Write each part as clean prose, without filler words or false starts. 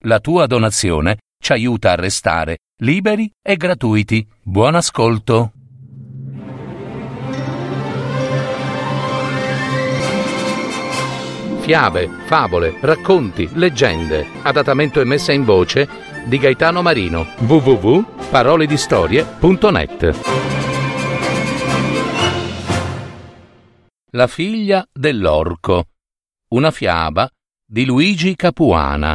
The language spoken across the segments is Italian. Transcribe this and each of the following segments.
La tua donazione ci aiuta a restare liberi e gratuiti. Buon ascolto. Fiabe, favole, racconti, leggende. Adattamento e messa in voce di Gaetano Marino. www.paroledistorie.net. La figlia dell'orco. Una fiaba di Luigi Capuana.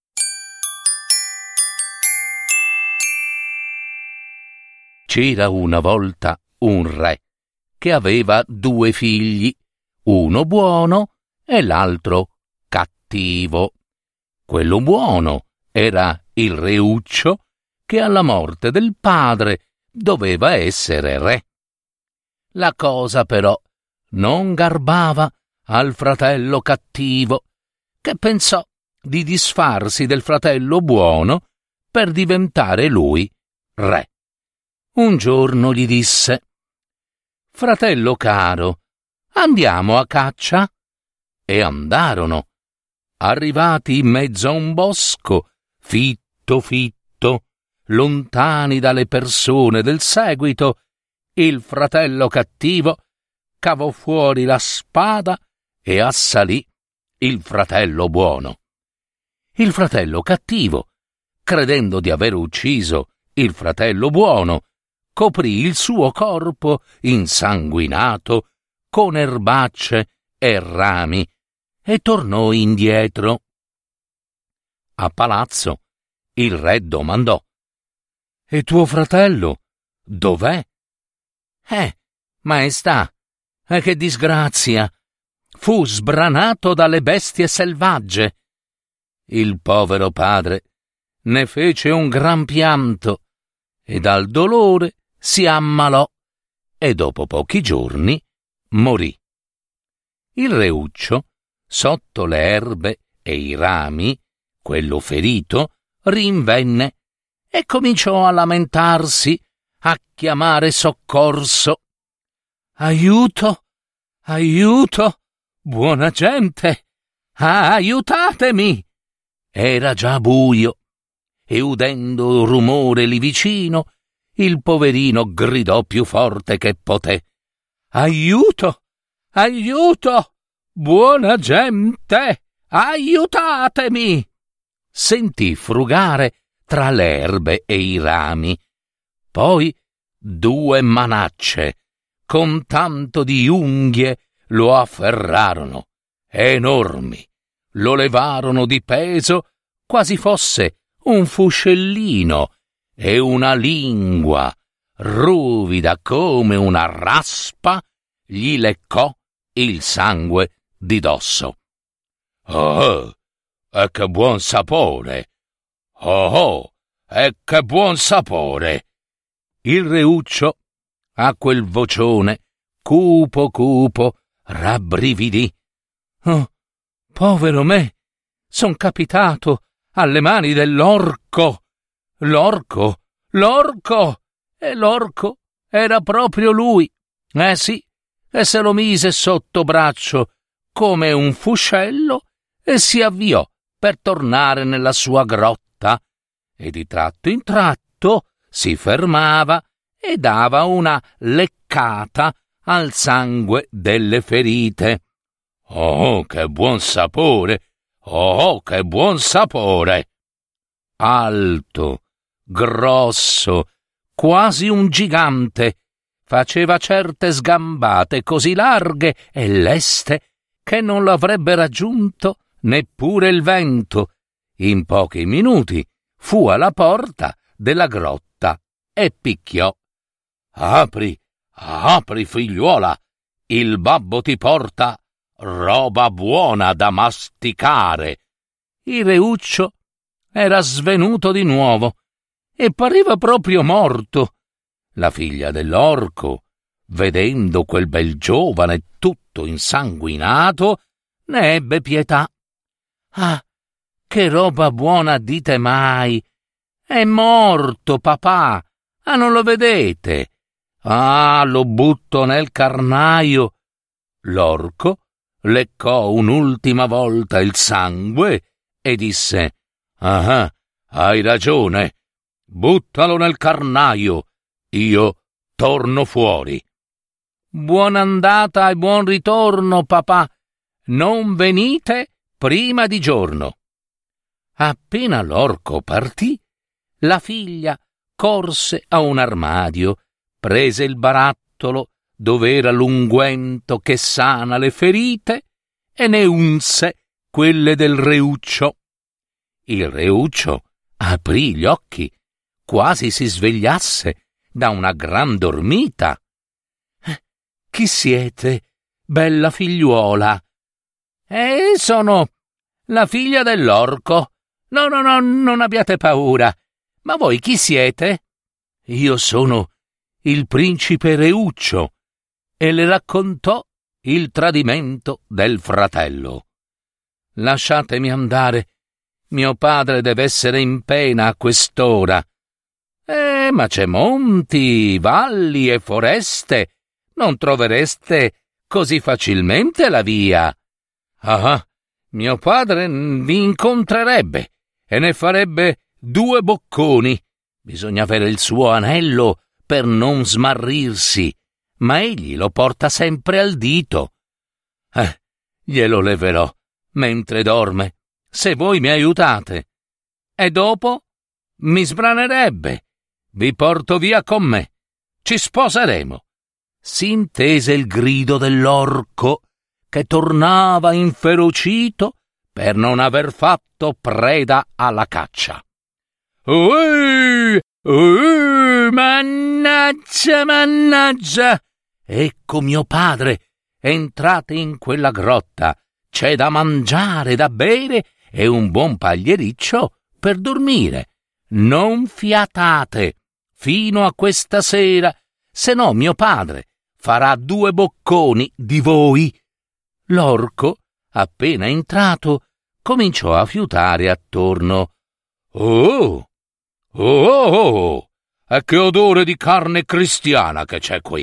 C'era una volta un re che aveva 2 figli, uno buono e l'altro cattivo. Quello buono era il reuccio che alla morte del padre doveva essere re. La cosa però non garbava al fratello cattivo, che pensò di disfarsi del fratello buono per diventare lui re. Un giorno gli disse: «Fratello caro, andiamo a caccia?» E andarono. Arrivati in mezzo a un bosco, fitto, lontani dalle persone del seguito, il fratello cattivo cavò fuori la spada e assalì il fratello buono. Il fratello cattivo, credendo di aver ucciso il fratello buono, coprì il suo corpo insanguinato con erbacce e rami e tornò indietro. A palazzo il re domandò: «E tuo fratello dov'è?» Maestà, che disgrazia! Fu sbranato dalle bestie selvagge». Il povero padre ne fece un gran pianto e dal dolore si ammalò e dopo pochi giorni morì. Il reuccio, sotto le erbe e i rami, quello ferito, rinvenne e cominciò a lamentarsi, a chiamare soccorso. «Aiuto! Aiuto! Buona gente! Aiutatemi!» Era già buio e, udendo rumore lì vicino, il poverino gridò più forte che poté: «Aiuto! Aiuto! Buona gente! Aiutatemi!» Sentì frugare tra le erbe e i rami. Poi 2 manacce con tanto di unghie lo afferrarono, enormi, lo levarono di peso quasi fosse un fuscellino, e una lingua, ruvida come una raspa, gli leccò il sangue di dosso. «Oh, e che buon sapore! Oh, e che buon sapore!» Il reuccio, a quel vocione cupo, rabbrividì. «Oh, povero me! Son capitato alle mani dell'orco! L'orco! E l'orco era proprio lui! Sì, e se lo mise sotto braccio come un fuscello e si avviò per tornare nella sua grotta, e di tratto in tratto si fermava e dava una leccata al sangue delle ferite. Oh, che buon sapore! Oh, che buon sapore!» Alto, grosso, quasi un gigante, faceva certe sgambate così larghe e leste che non lo avrebbe raggiunto neppure il vento. In pochi minuti fu alla porta della grotta e picchiò. «Apri, apri, figliuola, il babbo ti porta roba buona da masticare». Il reuccio era svenuto di nuovo e pareva proprio morto. La figlia dell'orco, vedendo quel bel giovane tutto insanguinato, ne ebbe pietà. «Ah, che roba buona dite mai! È morto, papà! Ah, non lo vedete? Ah, lo butto nel carnaio!» L'orco leccò un'ultima volta il sangue e disse: Ah, hai ragione. Buttalo nel carnaio. Io torno fuori. Buona andata e buon ritorno, papà. Non venite prima di giorno. Appena l'orco partì, la figlia corse a un armadio, prese il barattolo dov'era l'unguento che sana le ferite e ne unse quelle del reuccio. Il reuccio aprì gli occhi, quasi si svegliasse da una gran dormita. Chi siete, bella figliuola? Sono la figlia dell'orco. No, non abbiate paura. Ma voi chi siete? Io sono il principe Reuccio, e le raccontò il tradimento del fratello. Lasciatemi andare. Mio padre deve essere in pena a quest'ora. Ma c'è monti, valli e foreste. Non trovereste così facilmente la via. Ah, mio padre vi incontrerebbe e ne farebbe 2 bocconi. Bisogna avere il suo anello per non smarrirsi, ma egli lo porta sempre al dito. Glielo leverò mentre dorme, se voi mi aiutate. E dopo mi sbranerebbe. Vi porto via con me. Ci sposeremo. Si intese il grido dell'orco, che tornava inferocito per non aver fatto preda alla caccia. Mannaggia, mannaggia! Ecco mio padre, entrate in quella grotta, c'è da mangiare, da bere e un buon pagliericcio per dormire. Non fiatate fino a questa sera, se no mio padre farà 2 bocconi di voi. L'orco, appena entrato, cominciò a fiutare attorno. Oh! E che odore di carne cristiana che c'è qui!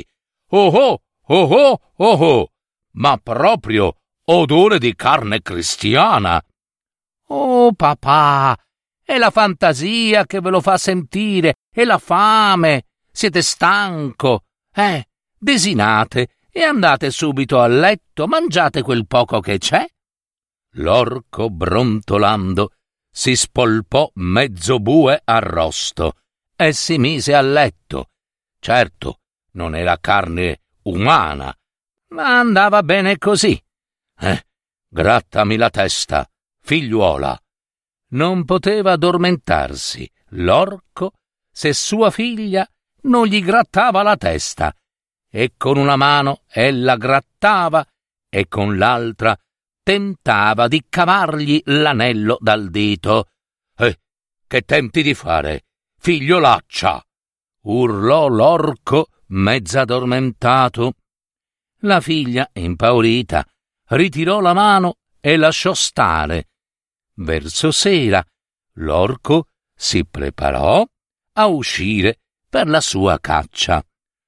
Ma proprio odore di carne cristiana! Oh, papà, è la fantasia che ve lo fa sentire, è la fame. Siete stanco. Desinate e andate subito a letto, mangiate quel poco che c'è. L'orco, brontolando, si spolpò mezzo bue arrosto e si mise a letto. Certo, non era carne umana, ma andava bene così. Grattami la testa, figliuola. Non poteva addormentarsi l'orco se sua figlia non gli grattava la testa, e con una mano ella grattava e con l'altra tentava di cavargli l'anello dal dito. Che tenti di fare, figliolaccia? Urlò l'orco mezza addormentato. La figlia, impaurita, ritirò la mano e lasciò stare. Verso sera l'orco si preparò a uscire per la sua caccia.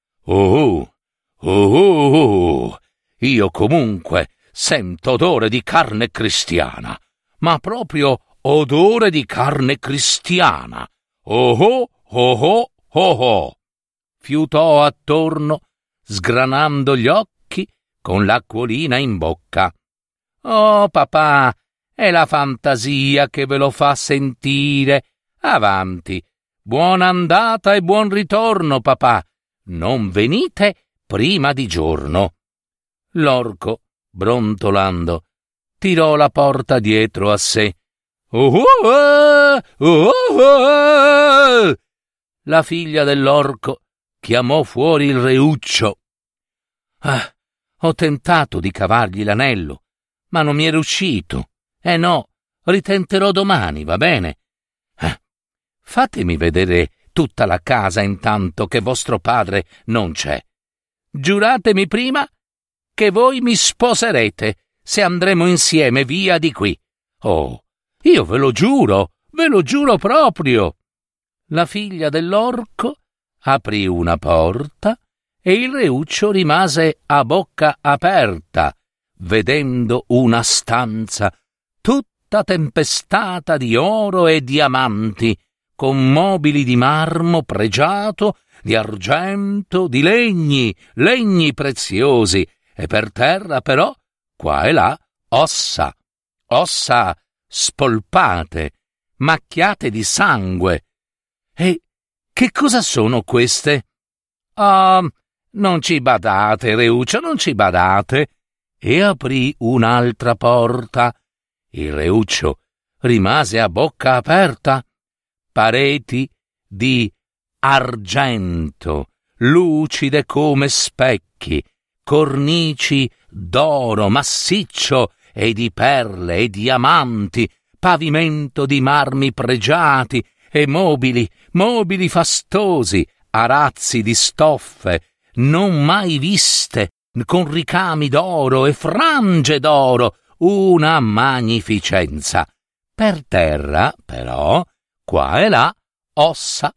Io comunque sento odore di carne cristiana, ma proprio odore di carne cristiana. Fiutò attorno, sgranando gli occhi con l'acquolina in bocca. Oh, papà, è la fantasia che ve lo fa sentire. Avanti, buona andata e buon ritorno, papà. Non venite prima di giorno. L'orco, brontolando, tirò la porta dietro a sé. La figlia dell'orco chiamò fuori il reuccio. Ho tentato di cavargli l'anello, ma non mi è riuscito. No, ritenterò domani, va bene? Fatemi vedere tutta la casa intanto che vostro padre non c'è. Giuratemi prima che voi mi sposerete se andremo insieme via di qui. Oh, io ve lo giuro proprio. La figlia dell'orco aprì una porta e il reuccio rimase a bocca aperta, vedendo una stanza tutta tutta tempestata di oro e diamanti, con mobili di marmo pregiato, di argento, di legni preziosi, e per terra però, qua e là, ossa spolpate, macchiate di sangue. E che cosa sono queste? Ah, non ci badate, Reuccio, non ci badate. E aprì un'altra porta. Il Reuccio rimase a bocca aperta. Pareti di argento, lucide come specchi, cornici d'oro massiccio e di perle e diamanti, pavimento di marmi pregiati e mobili fastosi, arazzi di stoffe non mai viste, con ricami d'oro e frange d'oro, una magnificenza. Per terra, però, qua e là, ossa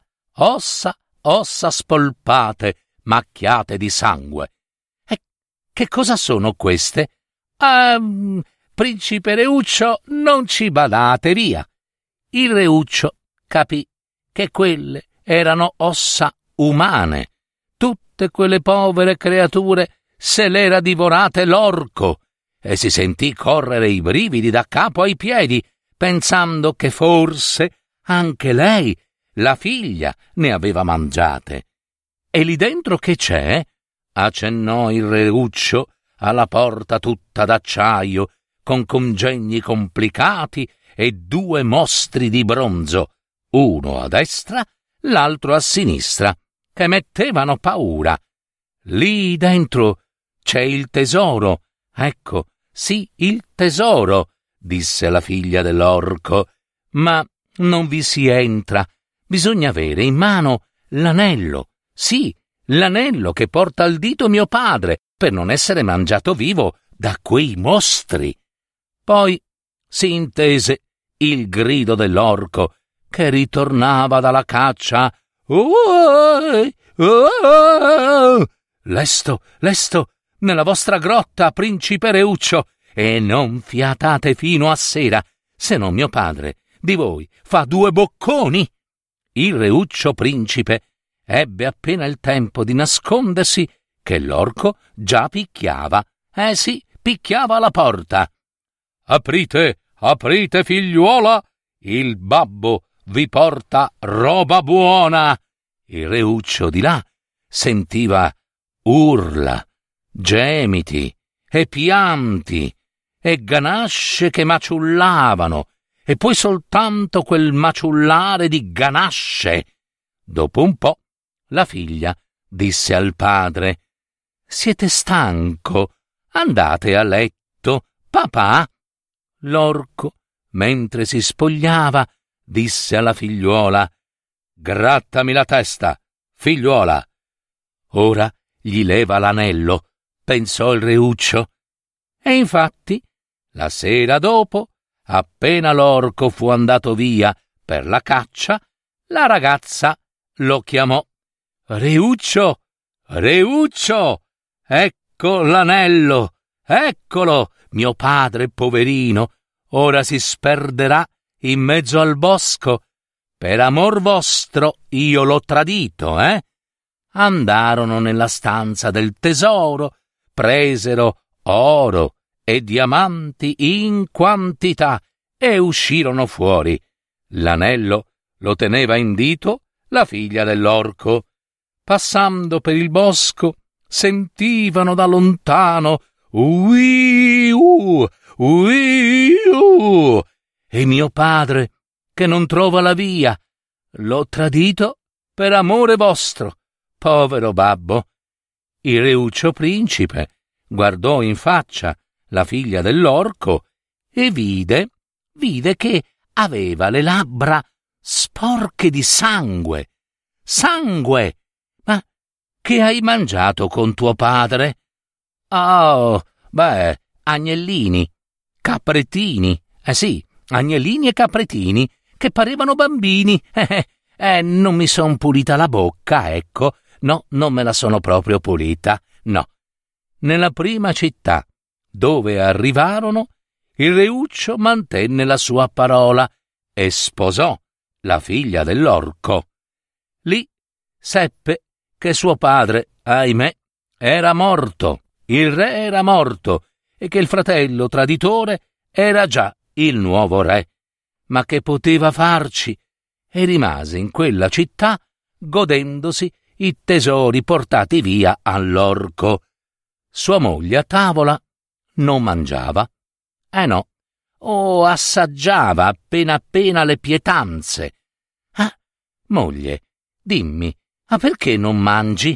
spolpate, macchiate di sangue. E che cosa sono queste? Principe Reuccio, non ci badate, via. Il Reuccio capì che quelle erano ossa umane. Tutte quelle povere creature se l'era divorate l'orco, e si sentì correre i brividi da capo ai piedi, pensando che forse anche lei, la figlia, ne aveva mangiate. E lì dentro che c'è? Accennò il Reuccio alla porta tutta d'acciaio, con congegni complicati e 2 mostri di bronzo, uno a destra, l'altro a sinistra, che mettevano paura. Lì dentro c'è il tesoro. Ecco, sì, il tesoro, disse la figlia dell'orco. Ma non vi si entra. Bisogna avere in mano l'anello. Sì, l'anello che porta al dito mio padre, per non essere mangiato vivo da quei mostri. Poi si intese il grido dell'orco, che ritornava dalla caccia. Lesto, nella vostra grotta, principe Reuccio, e non fiatate fino a sera, se no mio padre di voi fa 2 bocconi. Il Reuccio principe ebbe appena il tempo di nascondersi che l'orco già picchiava. Sì, picchiava alla porta. Aprite, figliuola, il babbo vi porta roba buona. Il Reuccio di là sentiva urla, gemiti e pianti e ganasce che maciullavano, e poi soltanto quel maciullare di ganasce. Dopo un po' la figlia disse al padre: «Siete stanco? Andate a letto, papà». L'orco, mentre si spogliava, disse alla figliuola: «Grattami la testa, figliuola». Ora gli leva l'anello, pensò il Reuccio. E infatti, la sera dopo, appena l'orco fu andato via per la caccia, la ragazza lo chiamò: «Reuccio, Reuccio, ecco l'anello, eccolo, mio padre poverino, ora si sperderà in mezzo al bosco. Per amor vostro io l'ho tradito, Andarono nella stanza del tesoro, presero oro e diamanti in quantità e uscirono fuori. L'anello lo teneva in dito la figlia dell'orco. Passando per il bosco sentivano da lontano uiu, uiu, e mio padre, che non trova la via, l'ho tradito per amore vostro, povero babbo. Il Reuccio principe guardò in faccia la figlia dell'orco e vide che aveva le labbra sporche di sangue. Sangue! Ma che hai mangiato con tuo padre? Oh, agnellini, capretini, sì, agnellini e capretini, che parevano bambini. Non mi son pulita la bocca, ecco. No, non me la sono proprio pulita, no. Nella prima città dove arrivarono, il reuccio mantenne la sua parola e sposò la figlia dell'orco. Lì seppe che suo padre, ahimè, era morto, il re era morto, e che il fratello traditore era già il nuovo re. Ma che poteva farci? E rimase in quella città godendosi i tesori portati via all'orco. Sua moglie a tavola non mangiava. No, o assaggiava appena le pietanze. Ah, moglie, dimmi, ma perché non mangi?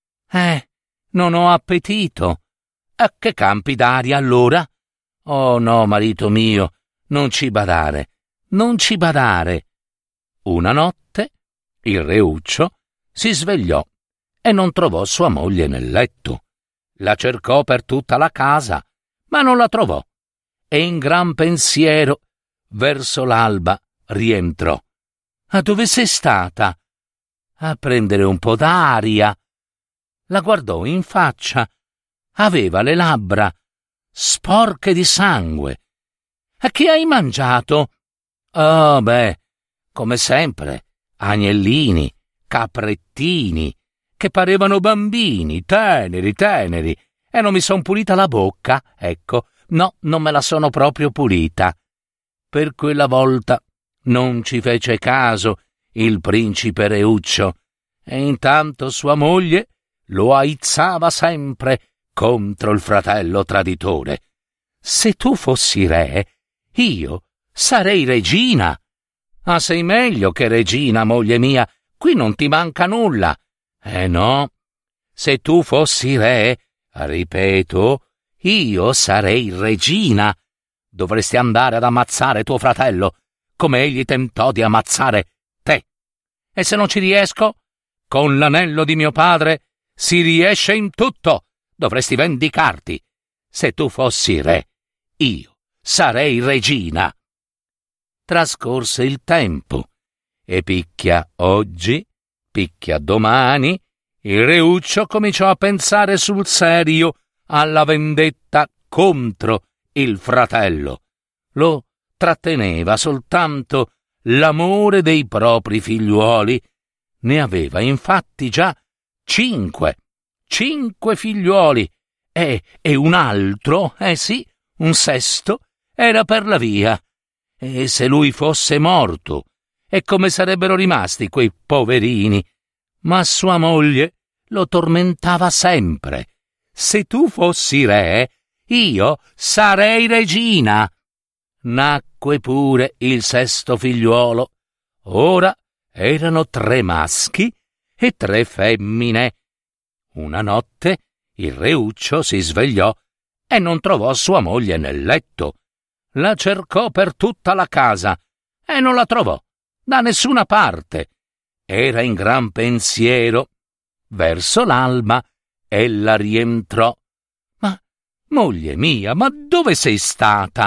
Non ho appetito. A che campi d'aria allora? Oh no, marito mio, non ci badare, non ci badare. Una notte il reuccio si svegliò e non trovò sua moglie nel letto. La cercò per tutta la casa, ma non la trovò, e in gran pensiero verso l'alba rientrò. A dove sei stata? A prendere un po' d'aria. La guardò in faccia. Aveva le labbra sporche di sangue. A che hai mangiato? Oh, come sempre, agnellini, caprettini, che parevano bambini, teneri, e non mi son pulita la bocca, ecco, no, non me la sono proprio pulita. Per quella volta non ci fece caso il principe Reuccio, e intanto sua moglie lo aizzava sempre contro il fratello traditore. Se tu fossi re, io sarei regina. Ah, sei meglio che regina, moglie mia, qui non ti manca nulla. No, se tu fossi re, ripeto, io sarei regina. Dovresti andare ad ammazzare tuo fratello, come egli tentò di ammazzare te. E se non ci riesco, con l'anello di mio padre si riesce in tutto. Dovresti vendicarti. Se tu fossi re, io sarei regina. Trascorse il tempo, e picchia oggi, picchia domani, il reuccio cominciò a pensare sul serio alla vendetta contro il fratello. Lo tratteneva soltanto l'amore dei propri figliuoli. Ne aveva infatti già 5 figliuoli, e un altro, sì, un sesto, era per la via. E se lui fosse morto, e come sarebbero rimasti quei poverini? Ma sua moglie lo tormentava sempre. Se tu fossi re, io sarei regina. Nacque pure il sesto figliuolo. Ora erano 3 maschi e 3 femmine. Una notte il reuccio si svegliò e non trovò sua moglie nel letto. La cercò per tutta la casa e non la trovò da nessuna parte. Era in gran pensiero. Verso l'alba ella rientrò. Ma, moglie mia, ma dove sei stata?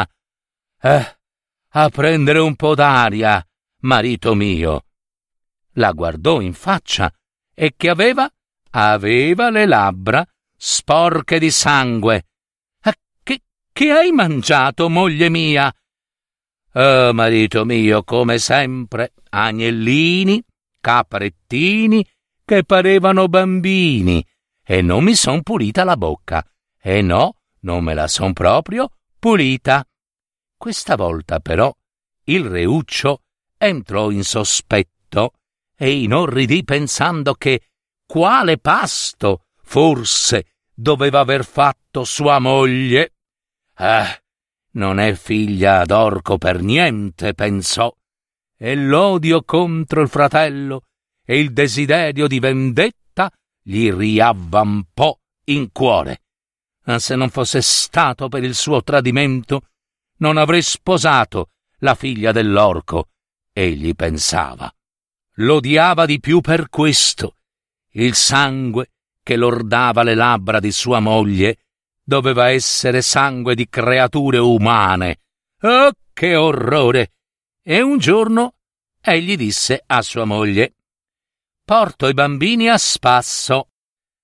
A prendere un po' d'aria, marito mio. La guardò in faccia e che aveva le labbra sporche di sangue. Che hai mangiato, moglie mia? Oh, marito mio, come sempre, agnellini, caprettini, che parevano bambini, e non mi son pulita la bocca. E no, non me la son proprio pulita. Questa volta, però, il reuccio entrò in sospetto e inorridì pensando che quale pasto forse doveva aver fatto sua moglie. Non è figlia d'orco per niente, pensò, e l'odio contro il fratello e il desiderio di vendetta gli riavvampò in cuore. Se non fosse stato per il suo tradimento, non avrei sposato la figlia dell'orco, egli pensava. L'odiava di più per questo. Il sangue che lordava le labbra di sua moglie doveva essere sangue di creature umane. Oh, che orrore! E un giorno egli disse a sua moglie: «Porto i bambini a spasso».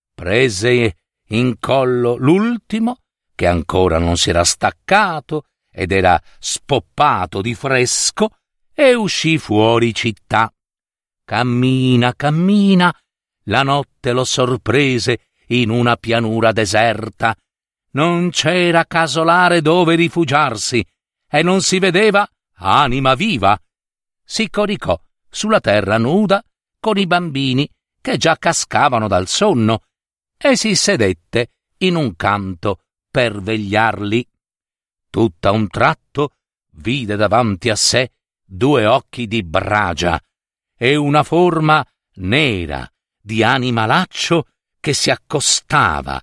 Prese in collo l'ultimo, che ancora non si era staccato, ed era spoppato di fresco, e uscì fuori città. Cammina, cammina, la notte lo sorprese in una pianura deserta. Non c'era casolare dove rifugiarsi e non si vedeva anima viva. Si coricò sulla terra nuda con i bambini che già cascavano dal sonno e si sedette in un canto per vegliarli. Tutt'a un tratto vide davanti a sé 2 occhi di bragia e una forma nera di animalaccio che si accostava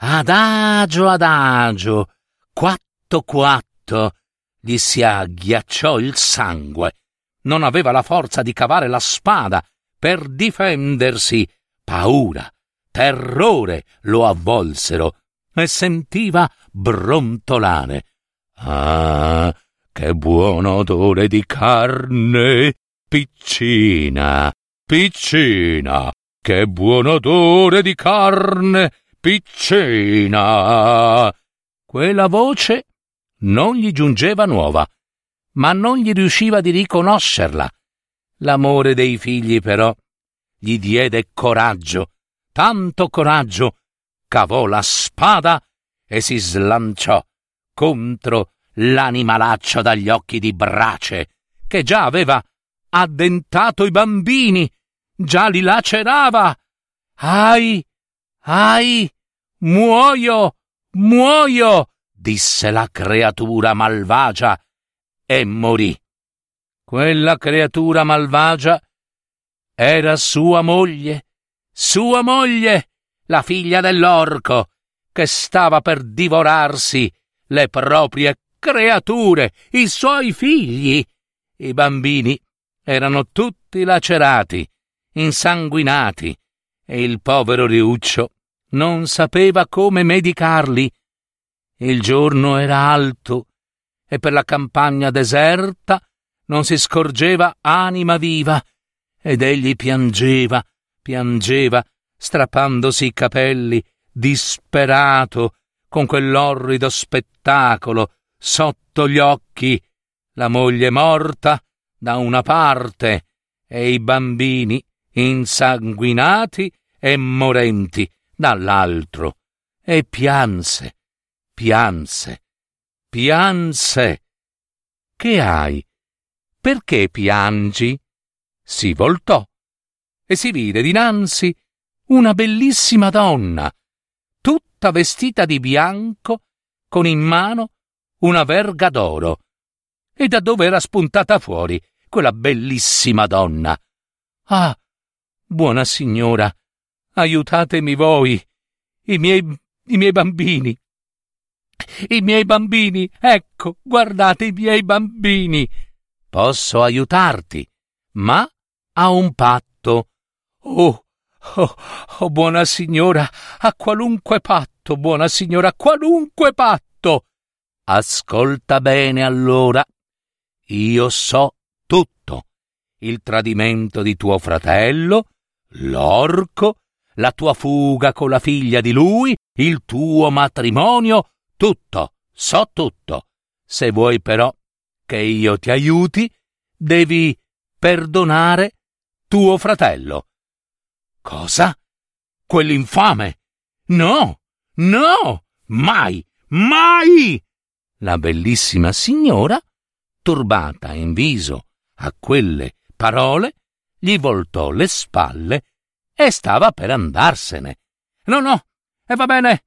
adagio, quatto quatto. Gli si agghiacciò il sangue. Non aveva la forza di cavare la spada per difendersi. Paura, terrore lo avvolsero e sentiva brontolare. Ah, che buon odore di carne! Piccina, piccina, che buon odore di carne! Piccina! Quella voce non gli giungeva nuova, ma non gli riusciva di riconoscerla. L'amore dei figli, però, gli diede coraggio, tanto coraggio, cavò la spada e si slanciò contro l'animalaccio dagli occhi di brace, che già aveva addentato i bambini, già li lacerava. Ai, ai, muoio, muoio, disse la creatura malvagia e morì. Quella creatura malvagia era sua moglie, la figlia dell'orco, che stava per divorarsi le proprie creature, i suoi figli. I bambini erano tutti lacerati, insanguinati, e il povero Riuccio non sapeva come medicarli. Il giorno era alto e per la campagna deserta non si scorgeva anima viva, ed egli piangeva, strappandosi i capelli, disperato, con quell'orrido spettacolo sotto gli occhi, la moglie morta da una parte e i bambini insanguinati e morenti dall'altro, e pianse. Che hai? Perché piangi? Si voltò e si vide dinanzi una bellissima donna, tutta vestita di bianco, con in mano una verga d'oro. E da dove era spuntata fuori quella bellissima donna? Ah, buona signora, aiutatemi voi, i miei bambini. I miei bambini, ecco, guardate i miei bambini. Posso aiutarti, ma a un patto. Oh, buona signora, a qualunque patto, buona signora, a qualunque patto. Ascolta bene allora. Io so tutto. Il tradimento di tuo fratello, l'orco, la tua fuga con la figlia di lui, il tuo matrimonio, tutto, so tutto. Se vuoi però che io ti aiuti, devi perdonare tuo fratello. Cosa? Quell'infame? No, mai! La bellissima signora, turbata in viso a quelle parole, gli voltò le spalle e stava per andarsene. No, e va bene,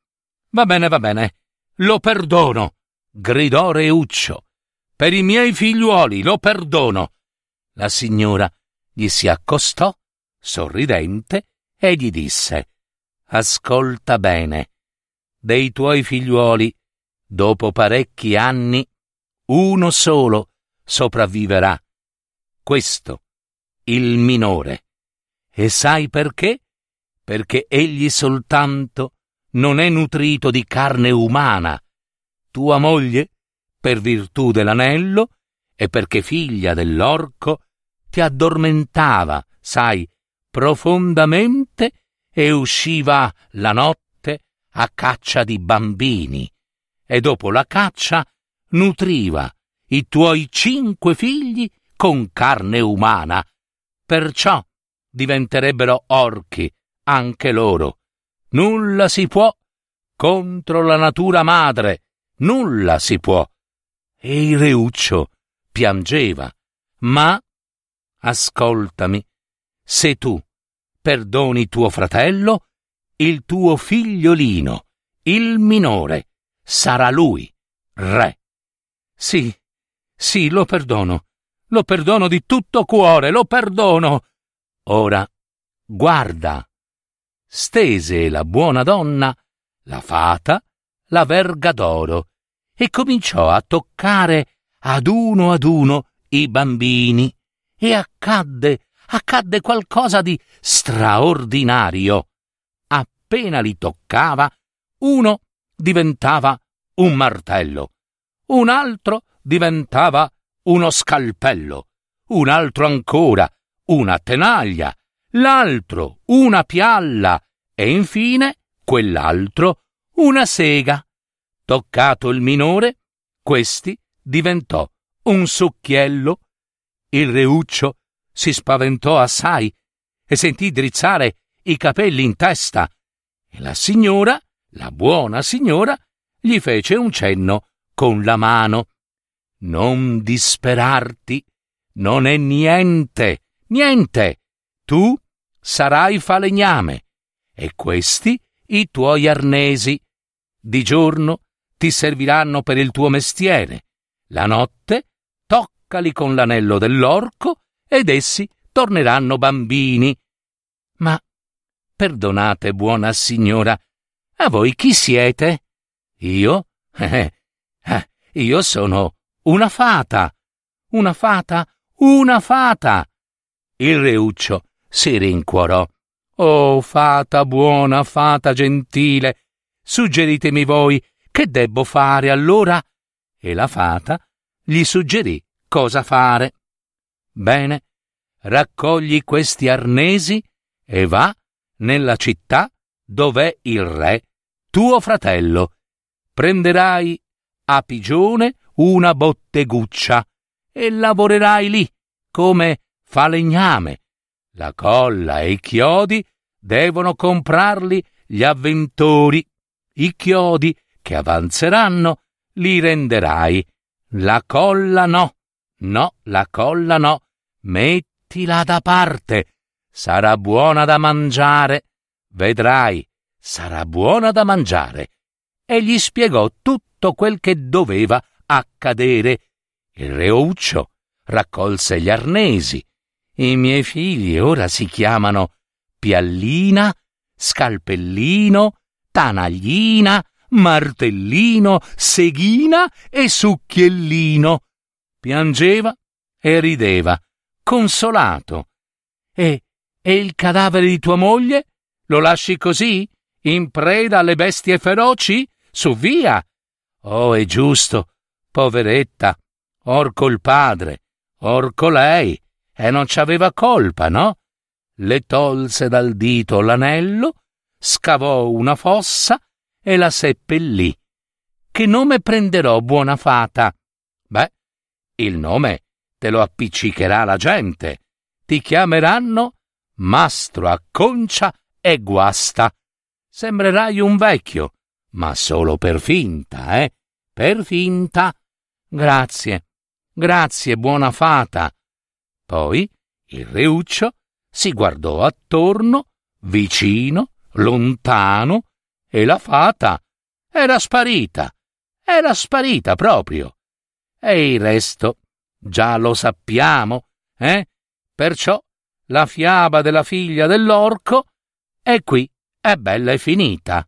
lo perdono, gridò Reuccio. Per i miei figliuoli lo perdono. La signora gli si accostò, sorridente, e gli disse: ascolta bene, dei tuoi figliuoli, dopo parecchi anni, uno solo sopravviverà. Questo, il minore. E sai perché? Perché egli soltanto non è nutrito di carne umana. Tua moglie, per virtù dell'anello, e perché figlia dell'orco, ti addormentava, sai, profondamente, e usciva la notte a caccia di bambini, e dopo la caccia nutriva i tuoi 5 figli con carne umana, perciò diventerebbero orchi anche loro. Nulla si può contro la natura madre, nulla si può. E il Reuccio piangeva. Ma, ascoltami, se tu perdoni tuo fratello, il tuo figliolino, il minore, sarà lui re. Sì, lo perdono di tutto cuore, lo perdono. Ora, guarda. Stese la buona donna, la fata, la verga d'oro e cominciò a toccare ad uno i bambini e accadde qualcosa di straordinario. Appena li toccava, uno diventava un martello, un altro diventava uno scalpello, un altro ancora una tenaglia, l'altro una pialla e infine quell'altro una sega. Toccato il minore, questi diventò un succhiello. Il Reuccio si spaventò assai e sentì drizzare i capelli in testa e la signora, la buona signora, gli fece un cenno con la mano. Non disperarti, non è niente. Tu sarai falegname e questi i tuoi arnesi. Di giorno ti serviranno per il tuo mestiere. La notte toccali con l'anello dell'orco ed essi torneranno bambini. Ma, perdonate, buona signora, a voi chi siete? Io? Io sono una fata. Una fata. Il Reuccio si rincuorò. Oh, fata buona, fata gentile, suggeritemi voi che debbo fare allora? E la fata gli suggerì cosa fare. Bene, raccogli questi arnesi e va nella città dov'è il re, tuo fratello. Prenderai a pigione una botteguccia e lavorerai lì come falegname. La colla e i chiodi devono comprarli gli avventori. I chiodi che avanzeranno li renderai. La colla no, la colla no. Mettila da parte. Sarà buona da mangiare. Vedrai, sarà buona da mangiare. E gli spiegò tutto quel che doveva accadere. Il Reuccio raccolse gli arnesi. I miei figli ora si chiamano Piallina, Scalpellino, Tanaglina, Martellino, Seghina e Succhiellino. Piangeva e rideva, consolato. E il cadavere di tua moglie? Lo lasci così, in preda alle bestie feroci? Su via! Oh, è giusto, poveretta, orco il padre, orco lei, e non ci aveva colpa, no? Le tolse dal dito l'anello, scavò una fossa e la seppellì. Che nome prenderò, buona fata? Beh, il nome te lo appiccicherà la gente. Ti chiameranno Mastro Acconcia e Guasta. Sembrerai un vecchio, ma solo per finta, Per finta. Grazie, buona fata. Poi il Reuccio si guardò attorno, vicino, lontano, e la fata era sparita proprio. E il resto già lo sappiamo, Perciò la fiaba della figlia dell'orco è qui, è bella e finita.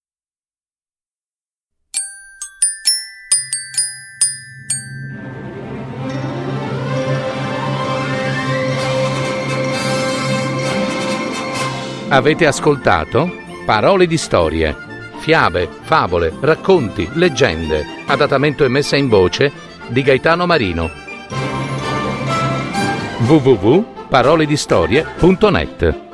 Avete ascoltato Parole di storie, fiabe, favole, racconti, leggende, adattamento e messa in voce di Gaetano Marino. www.paroledistorie.net